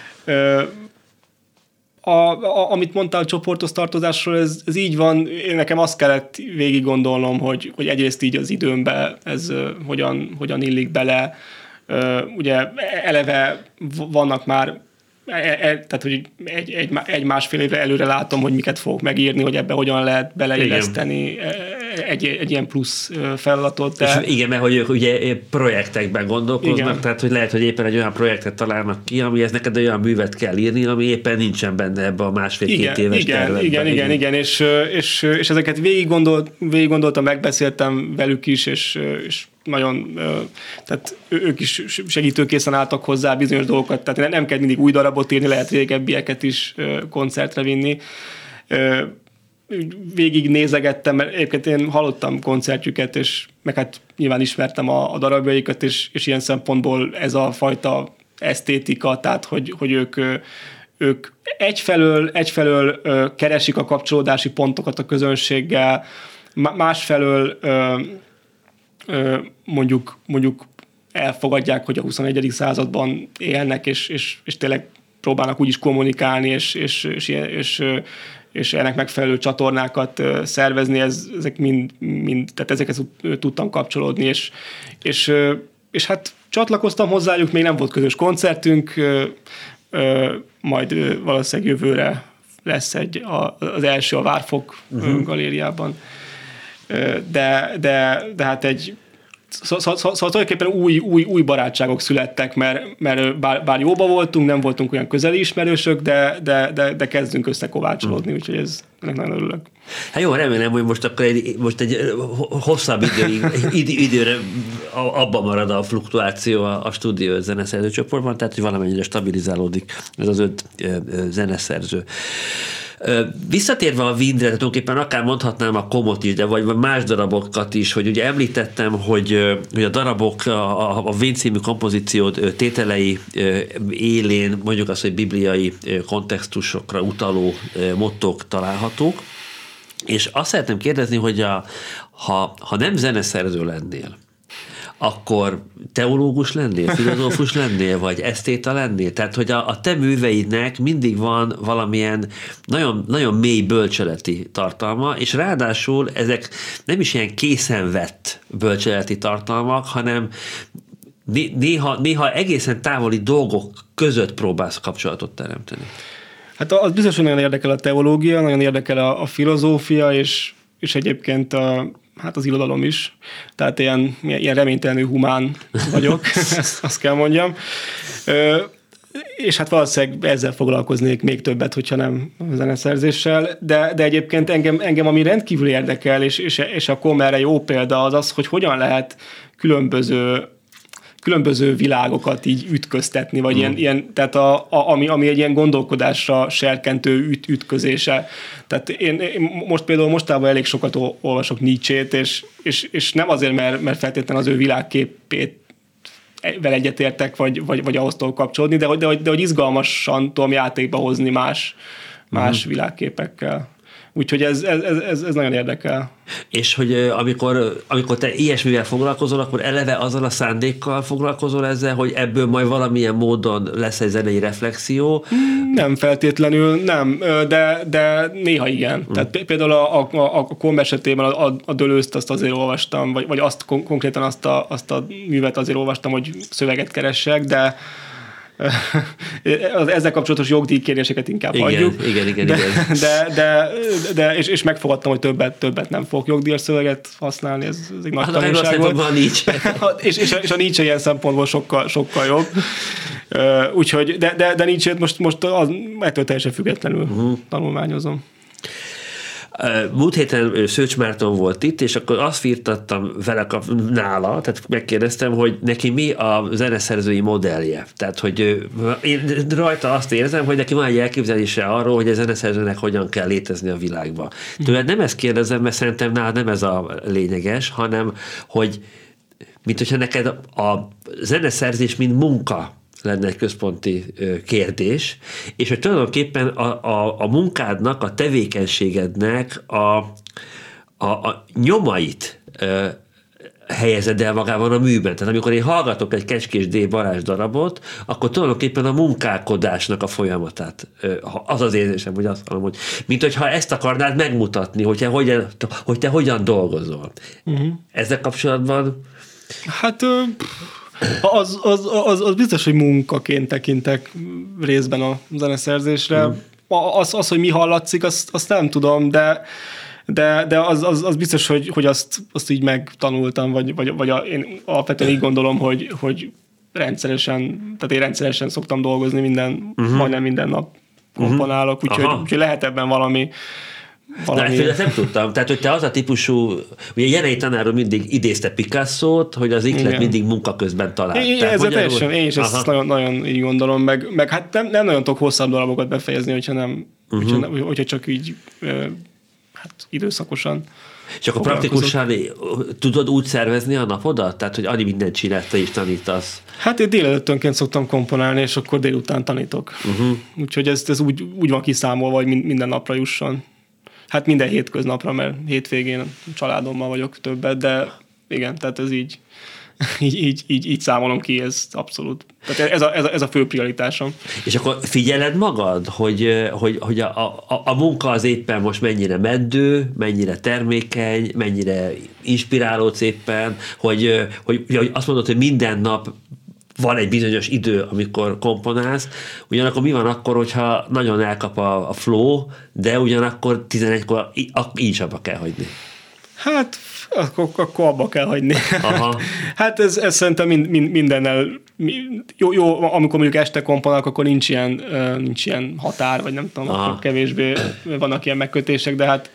A, a, amit mondtál a csoportos tartozásról, ez, ez így van. Én nekem azt kellett végig gondolnom, hogy, hogy egyrészt így az időmbe ez hogyan, hogyan illik bele. Ugye eleve vannak már E, e, tehát, hogy egy, egy, egy másfél évre előre látom, hogy miket fogok megírni, hogy ebbe hogyan lehet beleilleszteni egy, egy ilyen plusz feladatot. De... És igen, mert hogy ők ugye projektekben gondolkoznak, igen. Tehát hogy lehet, hogy éppen egy olyan projektet találnak ki, amihez neked olyan művet kell írni, ami éppen nincsen benne ebbe a másfél-két éves igen, területben. Igen, igen, igen, igen, és, és, és ezeket végig, gondolt, végig gondoltam, megbeszéltem velük is, és, és nagyon, tehát ők is segítőkészen álltak hozzá bizonyos dolgokat, tehát nem kell mindig új darabot írni, lehet régebbieket is koncertre vinni. Végig nézegettem, mert egyébként én hallottam koncertjüket, és meg hát nyilván ismertem a, a darabjaikat, és, és ilyen szempontból ez a fajta esztétika, tehát hogy, hogy ők, ők egyfelől, egyfelől keresik a kapcsolódási pontokat a közönséggel, másfelől mondjuk, mondjuk elfogadják, hogy a huszonegyedik században élnek, és, és, és tényleg próbálnak úgy is kommunikálni, és, és, és, és, és ennek megfelelő csatornákat szervezni, ez, ezek mind, mind, tehát ezekhez tudtam kapcsolódni, és, és, és hát csatlakoztam hozzájuk, még nem volt közös koncertünk, ö, ö, majd ö, valószínűleg jövőre lesz egy, a, az első a Várfok uh-huh. galériában. De, de, de hát egy Szóval szó, szó, szó, tulajdonképpen új, új, új barátságok születtek, mert, mert bár, bár jóba voltunk, nem voltunk olyan közeli ismerősök, de, de, de, de kezdünk összekovácsolódni, úgyhogy ez nagyon örülök. Hát jó, remélem, hogy most akkor egy, most egy hosszabb időig, id, időre abban marad a fluktuáció a, a stúdió zeneszerző csoportban, tehát hogy valamennyire stabilizálódik ez az öt zeneszerző. Visszatérve a Windre, tulajdonképpen akár mondhatnám a Komot is, de vagy más darabokat is, hogy ugye említettem, hogy, hogy a darabok, a, a Wind című kompozíció tételei élén mondjuk azt, hogy bibliai kontextusokra utaló mottók találhatók, és azt szeretném kérdezni, hogy a, ha, ha nem zeneszerző lennél, akkor teológus lennél, filozófus lennél, vagy esztéta lennél? Tehát, hogy a, a te műveidnek mindig van valamilyen nagyon, nagyon mély bölcseleti tartalma, és ráadásul ezek nem is ilyen készen vett bölcseleti tartalmak, hanem néha, néha egészen távoli dolgok között próbálsz kapcsolatot teremteni. Hát az biztos, hogy nagyon érdekel a teológia, nagyon érdekel a, a filozófia, és, és egyébként a hát az irodalom is, tehát ilyen, ilyen reménytelenül humán vagyok, ezt azt kell mondjam. Ö, és hát valószínűleg ezzel foglalkoznék még többet, hogyha nem zeneszerzéssel, de, de egyébként engem, engem ami rendkívül érdekel, és, és, és a Kom erre jó példa az az, hogy hogyan lehet különböző különböző világokat így ütköztetni, vagy mm. ilyen, ilyen, tehát a, a, ami, ami egy ilyen gondolkodásra serkentő üt, ütközése. Tehát én, én most például mostában elég sokat olvasok Nietzsét, és, és, és nem azért, mert, mert feltétlenül az ő világképét vele egyetértek, vagy, vagy, vagy ahhoz tudok kapcsolódni, de hogy, de, hogy, de hogy izgalmasan tudom játékba hozni más, más mm. világképekkel. Úgyhogy ez, ez, ez, ez nagyon érdekel. És hogy amikor, amikor te ilyesmivel foglalkozol, akkor eleve azzal a szándékkal foglalkozol ezzel, hogy ebből majd valamilyen módon lesz egy zenei reflexió? Nem feltétlenül, nem, de, de néha igen. Hmm. Tehát például a, a, a Kom esetében a, a, a Dölőzt azt azért olvastam, vagy, vagy azt konkrétan azt a, azt a művet azért olvastam, hogy szöveget keressek, de ezzel kapcsolatos jogdíjkéréseket inkább igen, hagyjuk. Igen, igen, de, igen. De, de, de, és, és megfogadtam, hogy többet, többet nem fogok jogdíjas szöveget használni, ez, ez egy nagy hát tanulság volt. A Nietzsche. és, és, és a Nietzsche ilyen szempontból sokkal, sokkal jobb. Úgyhogy, de, de, de Nietzsche-t most, most az, ettől teljesen függetlenül uh-huh. tanulmányozom. Múlt héten Szőcs Márton volt itt, és akkor azt firtattam vele nála, tehát megkérdeztem, hogy neki mi a zeneszerzői modellje. Tehát, hogy én rajta azt érzem, hogy neki van egy elképzelése arról, hogy a zeneszerzőnek hogyan kell létezni a világban. Tőled nem ezt kérdezem, mert szerintem nálad nem ez a lényeges, hanem, hogy mint hogyha neked a zeneszerzés mint munka lenne egy központi kérdés, és hogy tulajdonképpen a, a, a munkádnak, a tevékenységednek a, a, a nyomait ö, helyezed el magában a műben. Tehát amikor én hallgatok egy Kecskés D. Balázs darabot, akkor tulajdonképpen a munkálkodásnak a folyamatát, ö, az az érzésem, hogy azt mondom, hogy mint hogyha ezt akarnád megmutatni, hogy te hogyan, hogy te hogyan dolgozol. Uh-huh. Ezzel kapcsolatban? Hát... Ö... Az, az, az, az biztos, hogy munkaként tekintek részben a zeneszerzésre. Mm. Az, az, hogy mi hallatszik, azt, azt nem tudom, de, de, de az, az, az biztos, hogy, hogy azt, azt így megtanultam, vagy, vagy, vagy a, én alapvetően így gondolom, hogy, hogy rendszeresen, tehát én rendszeresen szoktam dolgozni, minden, uh-huh. majdnem minden nap komponálok, úgyhogy, úgyhogy lehet ebben valami Valami... Na, ezt nem tudtam. Tehát, hogy te az a típusú, ugye Jenei tanáról mindig idézte Picasso-t, hogy az iklet igen. mindig munka közben talált. Én, Tehát, ezzel teljesen, én is Aha. ezt nagyon, nagyon így gondolom, meg, meg hát nem, nem nagyon tudok hosszabb darabokat befejezni, hogyha, nem, uh-huh. hogyha, nem, hogyha csak így hát időszakosan. És akkor praktikusan tudod úgy szervezni a napodat? Tehát, hogy annyi mindent csinálsz, te is tanítasz. Hát én délelőttönként szoktam komponálni, és akkor délután tanítok. Uh-huh. Úgyhogy ez, ez úgy, úgy van kiszámolva, hogy minden napra jusson. Hát minden hétköznapra, mert hétvégén családommal vagyok többet, de igen, tehát ez így, így, így, így, így számolom ki, ez abszolút. Tehát ez a, ez a, ez a fő prioritásom. És akkor figyeled magad, hogy, hogy, hogy a, a, a munka az éppen most mennyire meddő, mennyire termékeny, mennyire inspirálódsz éppen, hogy, hogy, hogy azt mondod, hogy minden nap van egy bizonyos idő, amikor komponálsz, ugyanakkor mi van akkor, hogyha nagyon elkap a, a flow, de ugyanakkor tizenegykor így is abba kell hagyni? Hát, akkor, akkor abba kell hagyni. Aha. Hát ez, ez szerintem mind, mind, mindennel, jó, jó, amikor mondjuk este komponálok, akkor nincs ilyen, nincs ilyen határ, vagy nem tudom, akkor kevésbé vannak ilyen megkötések, de hát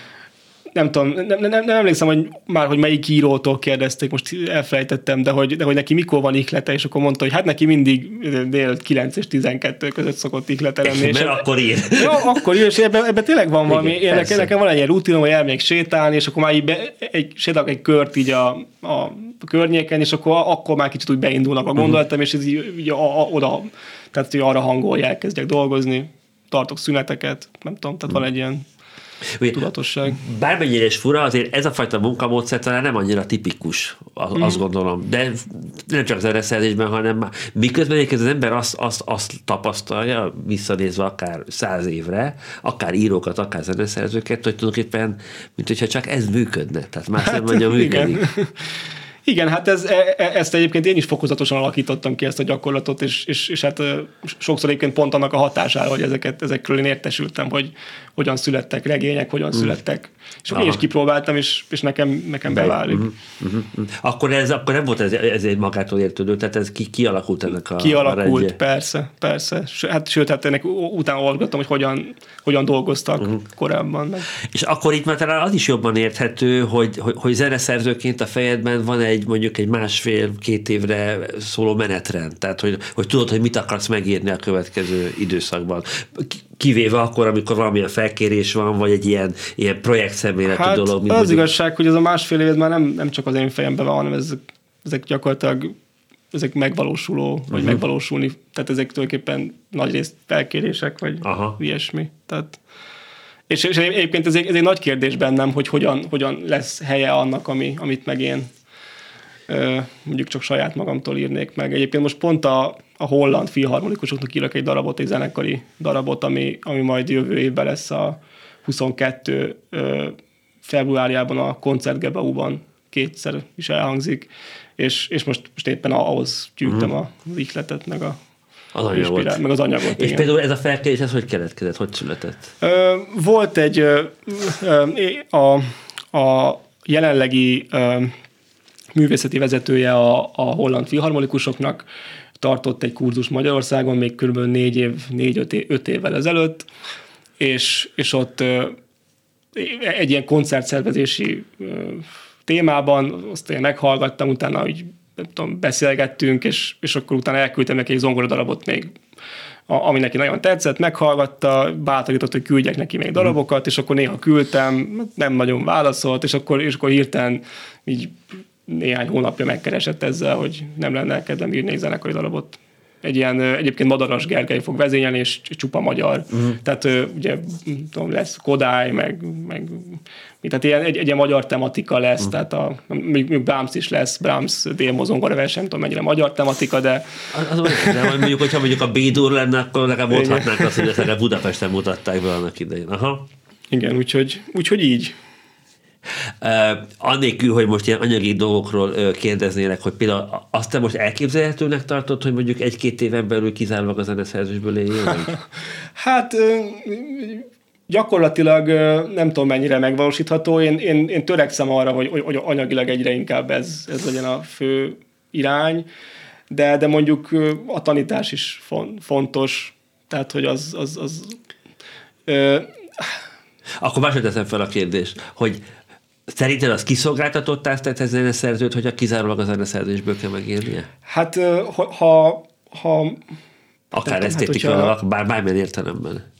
nem tudom, nem, nem, nem emlékszem, hogy már, hogy melyik írótól kérdezték, most elfelejtettem, de hogy, de hogy neki mikor van ihlete, és akkor mondta, hogy hát neki mindig dél kilenc és tizenkettő között szokott ihlete lenni. Mert akkor ír. Ja, akkor ír, és ebben, ebben tényleg van valami, én nekem, nekem van egy ilyen rutinom, hogy elmegyek sétálni, és akkor már így be, egy, sétálok egy kört így a, a környéken, és akkor, akkor már kicsit úgy beindulnak a gondolatom, és ez így, így a, a, oda, tehát hogy arra hangolja, elkezdjek dolgozni, tartok szüneteket, nem tudom, tehát van egy ilyen ugye, tudatosság. Bármennyire is fura, azért ez a fajta munkamódszer talán nem annyira tipikus, azt mm. gondolom. De nem csak az zeneszerzésben, hanem miközben az ember azt, azt, azt tapasztalja, visszanézve akár száz évre, akár írókat, akár zeneszerzőket, hogy tulajdonképpen, mint hogyha csak ez működne. Tehát más hát, nem nagyon működik. Igen. Igen, hát ez, ezt egyébként én is fokozatosan alakítottam ki ezt a gyakorlatot, és, és, és hát sokszor egyébként pont annak a hatására, hogy ezeket, ezekről én értesültem, hogy hogyan születtek regények, hogyan mm. születtek. És Aha. én is kipróbáltam, és, és nekem, nekem beválik. Mm-hmm. Mm-hmm. Akkor, ez, akkor nem volt ez, ez egy magától értődő, tehát ez ki, kialakult ennek a Kialakult, a persze, persze. Hát, sőt, hát ennek utána olvasgattam, hogy hogyan, hogyan dolgoztak mm. korábban. Meg. És akkor itt már talán az is jobban érthető, hogy, hogy, hogy zeneszerzőként a fejedben van egy mondjuk egy másfél-két évre szóló menetrend. Tehát, hogy, hogy tudod, hogy mit akarsz megírni a következő időszakban. Kivéve akkor, amikor valamilyen felkérés van, vagy egy ilyen, ilyen projektszemléletű hát, dolog. Az mondjuk... igazság, hogy ez a másfél év már nem, nem csak az én fejemben van, hanem ezek, ezek gyakorlatilag ezek megvalósuló, uh-huh. vagy megvalósulni. Tehát ezek tulajdonképpen nagyrészt felkérések, vagy Aha. ilyesmi. Tehát, és, és egyébként ez egy, ez egy nagy kérdés bennem, hogy hogyan, hogyan lesz helye annak, ami, amit meg én mondjuk csak saját magamtól írnék meg. Egyébként most pont a, a holland filharmonikusoknak írok egy darabot, egy zenekari darabot, ami, ami majd jövő évben lesz a huszonkettő februárjában a Koncertgebauban kétszer is elhangzik, és, és most, most éppen ahhoz gyűjtem uh-huh. az ihletet, meg a az anyagot. Meg az anyagot. És igen. például ez a felkérés, ez hogy keletkezett, hogy született? Ö, volt egy ö, ö, a, a jelenlegi ö, művészeti vezetője a, a holland filharmonikusoknak tartott egy kurzus Magyarországon, még kb. négy év, négy-öt év, öt évvel ezelőtt, és, és ott ö, egy ilyen koncertszervezési ö, témában, azt én meghallgattam, utána úgy, nem tudom, beszélgettünk, és, és akkor utána elküldtem neki egy zongoradarabot még, a, ami neki nagyon tetszett, meghallgatta, bátorított, hogy küldjek neki még darabokat, és akkor néha küldtem, nem nagyon válaszolt, és akkor, és akkor hirtelen így néhány hónapja megkeresett ezzel, hogy nem lenne kedvem írni egy zenekari darabot. Egy ilyen, egyébként Madaras Gergely fog vezényelni, és csupa magyar. Uh-huh. Tehát ugye tudom, lesz Kodály, meg, meg tehát ilyen, egy, egy ilyen magyar tematika lesz, uh-huh. tehát a, mondjuk Brahms is lesz, Brahms démo zongora verseny, nem tudom mennyire magyar tematika, de... Az, az, de mondjuk, hogyha mondjuk a B-dur lenne, akkor legalább mondhatnánk azt, hogy ezt Budapesten mutatták be annak idején. Aha. Igen, úgyhogy, úgyhogy így. Uh, annélkül, hogy most ilyen anyagi dolgokról uh, kérdeznének, hogy például azt te most elképzelhetőnek tartod, hogy mondjuk egy-két éven belül kizárólag a zeneszerzésből éljél? Hát gyakorlatilag nem tudom mennyire megvalósítható. Én, én, én törekszem arra, hogy, hogy anyagilag egyre inkább ez, ez legyen a fő irány, de, de mondjuk a tanítás is fontos, tehát hogy az... az, az ö... Akkor máshogy teszem fel a kérdést, hogy szerinted az kiszolgáltatott tehát ez zeneszerzőt, hogyha kizárólag a zeneszerzésből kell megélnie? Hát, ha... ha, ha akár esztétikailag, hát, bár bármilyen értelemben.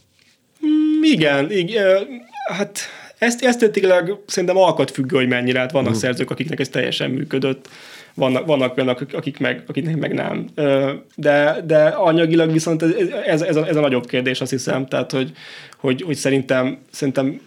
Igen, igen, hát ezt esztétikailag szerintem alkatfüggő, hogy mennyire, hát vannak uh. szerzők, akiknek ez teljesen működött, vannak, vannak olyanok, akik meg, akiknek meg nem. De, de anyagilag viszont ez, ez, ez, a, ez a nagyobb kérdés, azt hiszem, tehát, hogy, hogy, hogy szerintem, szerintem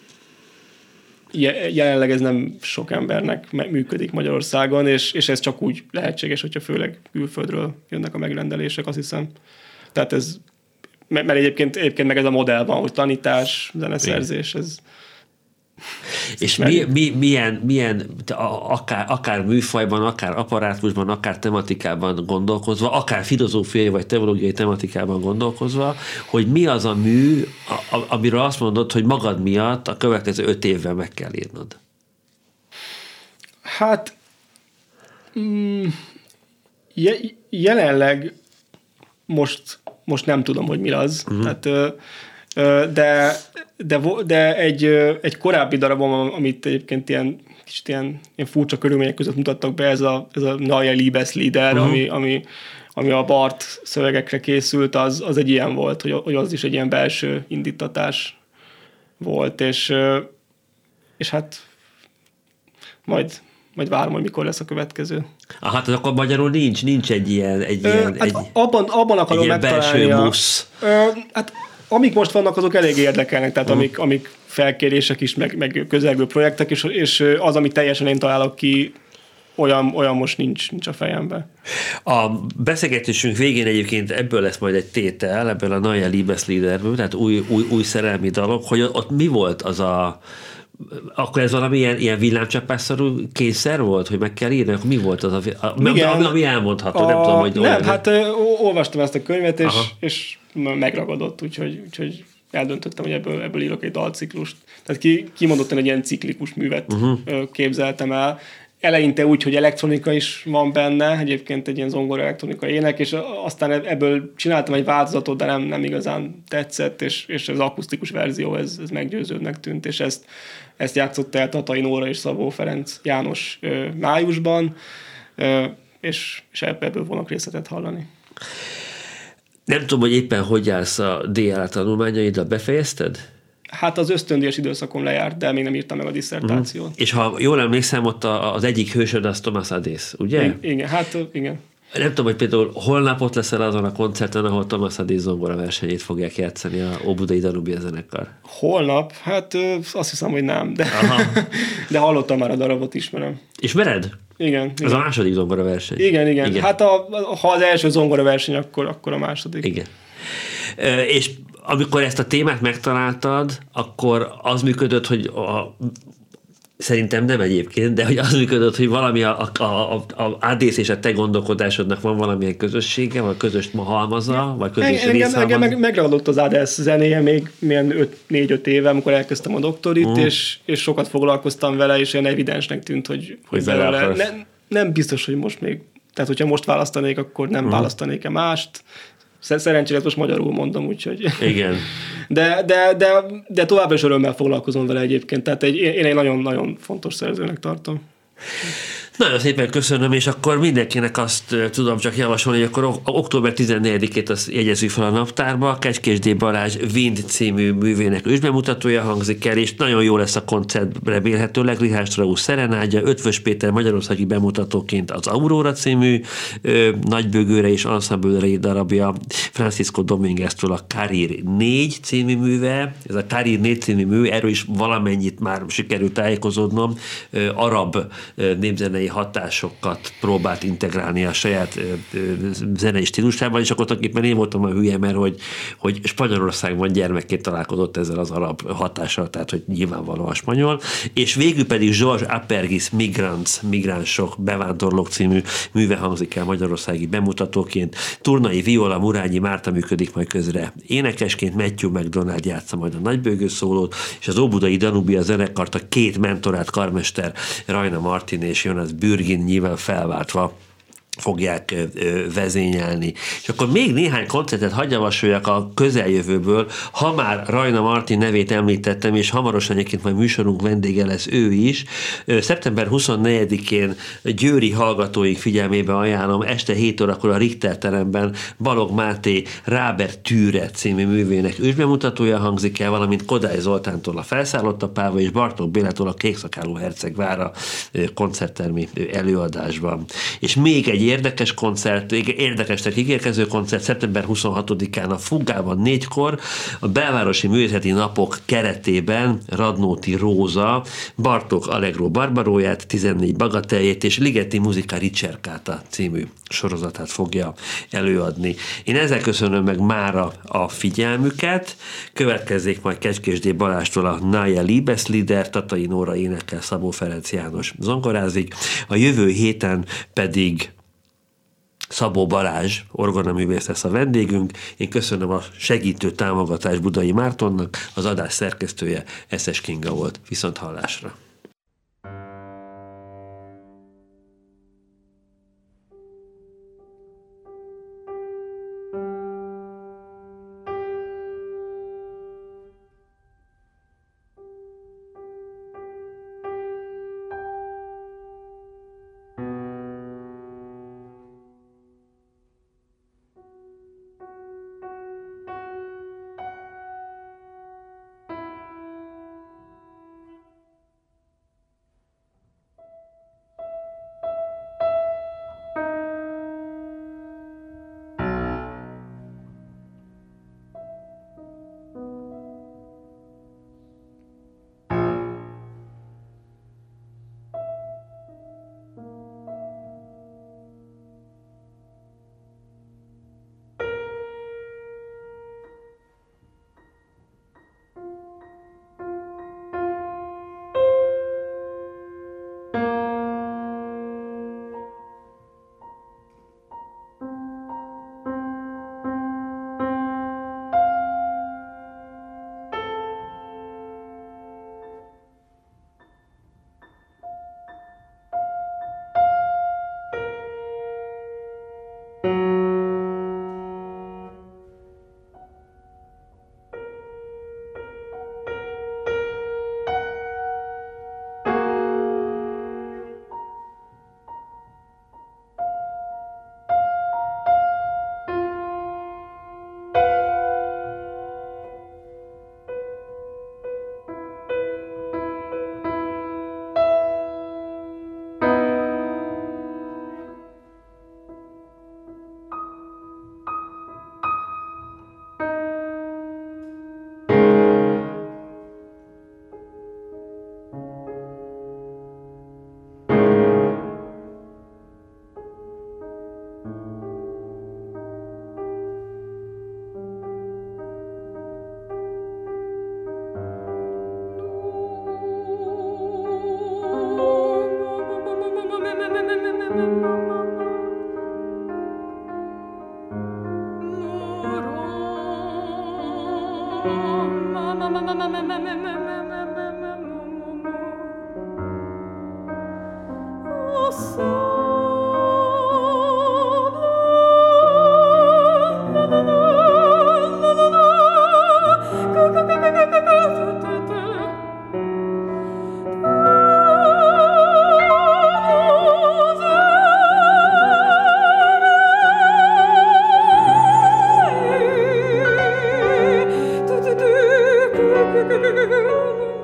jelenleg ez nem sok embernek működik Magyarországon, és, és ez csak úgy lehetséges, hogyha főleg külföldről jönnek a megrendelések, azt hiszem. Tehát ez, mert egyébként, egyébként meg ez a modell van, hogy tanítás, zeneszerzés, ez... És mi, mi, milyen, milyen akár, akár műfajban, akár apparátusban, akár tematikában gondolkozva, akár filozófiai vagy teológiai tematikában gondolkozva, hogy mi az a mű, amiről azt mondod, hogy magad miatt a következő öt évben meg kell írnod? Hát mm, je, jelenleg most, most nem tudom, hogy mi az. Uh-huh. Tehát, de, de, de egy, egy korábbi darabom, amit egyébként ilyen, kicsit ilyen, ilyen furcsa körülmények között mutattak be, ez a, ez a Neue Liebeslieder, uh-huh. ami, ami, ami a Barth szövegekre készült, az, az egy ilyen volt, hogy, hogy az is egy ilyen belső indítatás volt, és, és hát majd majd várom, hogy mikor lesz a következő. Ah, hát akkor magyarul nincs, nincs egy ilyen, egy Ö, ilyen, hát egy, abban, abban akarom megtalálni a... musz. Ö, hát amik most vannak, azok elég érdekelnek, tehát uh. amik, amik felkérések is, meg, meg közelgő projektek, és, és az, amit teljesen én találok ki, olyan, olyan most nincs, nincs a fejemben. A beszélgetésünk végén egyébként ebből lesz majd egy tétel, ebből a Neue Liebesliederből, tehát új, új, új szerelmi dalok, hogy ott mi volt az a... Akkor ez valami ilyen, ilyen villámcsapásszerű kényszer volt, hogy meg kell írni? Akkor mi volt az, a, a, Igen, ami, ami elmondható? A, nem tudom, hogy... Nem, olyan, hát ö, olvastam ezt a könyvet, és, és megragadott, úgyhogy, úgyhogy eldöntöttem, hogy ebből, ebből írok egy dalciklust. Tehát ki, kimondottan egy ilyen ciklikus művet uh-huh. képzeltem el. Eleinte úgy, hogy elektronika is van benne, egyébként egy ilyen zongora elektronika ének, és aztán ebből csináltam egy változatot, de nem, nem igazán tetszett, és, és az akusztikus verzió ez, ez meggyőzőbbnek tűnt, és ezt, ezt játszott el Tatai Nóra és Szabó Ferenc János ö, májusban, ö, és, és ebből fognak részletet hallani. Nem tudom, hogy éppen hogy állsz a dé el tanulmányaiddal, befejezted? Hát az ösztöndíjas időszakom lejárt, de még nem írtam meg a disszertációt. Mm. És ha jól emlékszem, ott az egyik hősöd az Thomas Adész, ugye? I- igen, hát igen. Nem tudom, hogy például holnap ott leszel azon a koncerten, ahol Thomas Adész zongora versenyét fogják játszani a Óbudai Danubia zenekar. Holnap? Hát azt hiszem, hogy nem, de, de hallottam már a darabot, ismerem. Ismered? Igen. Ez igen. a második zongora verseny. Igen, igen. igen. Hát a, ha az első zongora verseny, akkor, akkor a második. Igen. E, és amikor ezt a témát megtaláltad, akkor az működött, hogy a, szerintem nem egyébként, de hogy az működött, hogy valami a, a, a, a Adész és a te gondolkodásodnak van valamilyen közössége, vagy közös ma halmaza, vagy közös engem, részhalmaz? Engem meg, megragadott az Adész zenéje még milyen négy-öt éve, amikor elkezdtem a doktorit, mm. és, és sokat foglalkoztam vele, és olyan evidensnek tűnt, hogy, hogy belőle. Ne, nem biztos, hogy most még, tehát hogyha most választanék, akkor nem mm. választanék-e mást. Szerencsére most magyarul mondom, úgyhogy... Igen. De, de, de, de továbbra is örömmel foglalkozom vele egyébként, tehát egy, én egy nagyon-nagyon fontos szerzőnek tartom. Nagyon szépen köszönöm, és akkor mindenkinek azt tudom csak javasolni, hogy akkor október tizennegyedikét azt jegyezzük fel a naptárba. Kecskés D. Balázs Wind című művének ősbemutatója hangzik el, és nagyon jó lesz a koncert remélhetőleg. Richard Strauss Szerenádja, Ötvös Péter magyarországi bemutatóként az Aurora című ö, nagybőgőre és ensemble darabja, Francisco Domingueztől a Carril négy című műve. Ez a Carril négy című mű, erről is valamennyit már sikerült tájékozódnom, ö, arab ö, népzenei hatásokat próbált integrálni a saját ö, ö, zenei stílusában, és akkor tulajdonképpen én voltam a hülye, mert hogy, hogy Spanyolországban gyermekként találkozott ezzel az arab hatással, tehát hogy nyilvánvalóan a spanyol, és végül pedig Georges Apergis Migrants, Migránsok, Bevándorlók című műve hangzik el magyarországi bemutatóként. Turnai Viola, Murányi Márta működik majd közre énekesként, Matthew McDonald játsza majd a nagybőgő szólót, és az Óbudai Danubia zenekart a két mentorát karmester Rajna Martin és Jonas Bürgin nyilván felváltva fogják ö, vezényelni. És akkor még néhány koncertet hadd javasoljak a közeljövőből, ha már Rajna Martin nevét említettem, és hamarosan egyébként majd műsorunk vendége lesz ő is. Ö, szeptember huszonnegyedikén győri hallgatóink figyelmébe ajánlom, este hét órakor a Richter teremben Balogh Máté Ráber Tűre című művének ősbemutatója hangzik el, valamint Kodály Zoltántól a Felszállott a Páva és Bartók Bélától a Kékszakáló herceg vára koncerttermi előadásban. És még egy egy érdekes koncert, érdekesnek ígérkező koncert szeptember huszonhatodikán a Fugában négykor a Belvárosi Művészeti Napok keretében Radnóti Róza Bartók Allegro Barbaróját, tizennégy bagateljét és Ligeti Musica Ricercata című sorozatát fogja előadni. Én ezzel köszönöm meg mára a figyelmüket. Következzék majd Kecskésdé Balástól a Neue Liebeslieder, Tatai Nóra énekel, Szabó Ferenc János zongorázik. A jövő héten pedig Szabó Balázs orgonaművész lesz a vendégünk. Én köszönöm a segítő támogatást Budai Mártonnak, az adás szerkesztője Eszes Kinga volt. Viszont hallásra! Thank you.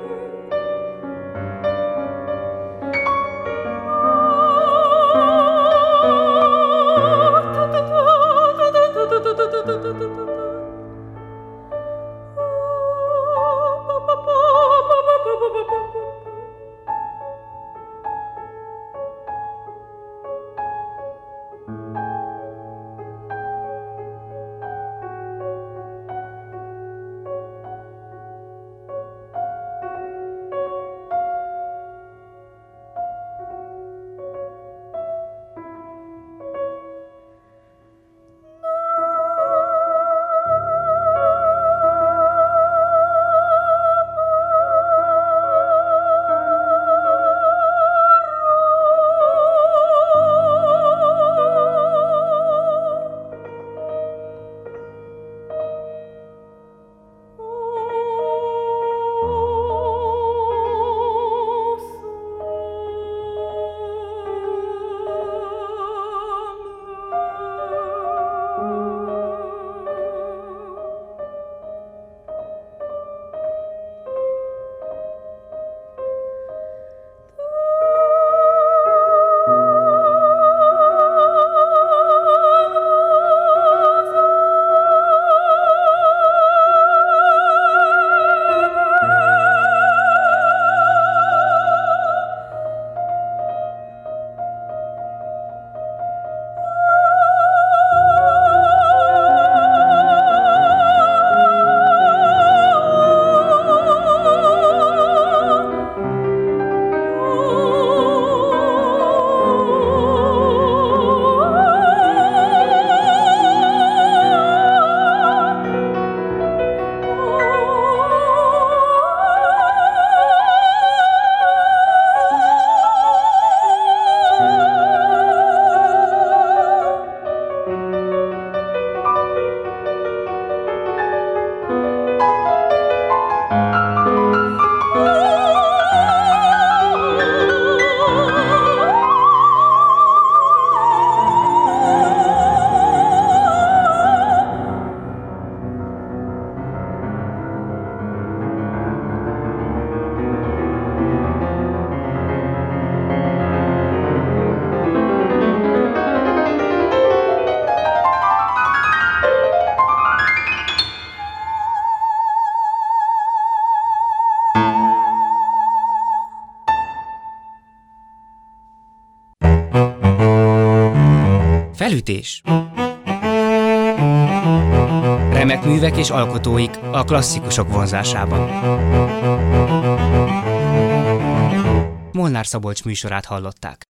Felütés. Remek művek és alkotóik a klasszikusok vonzásában. Molnár Szabolcs műsorát hallották.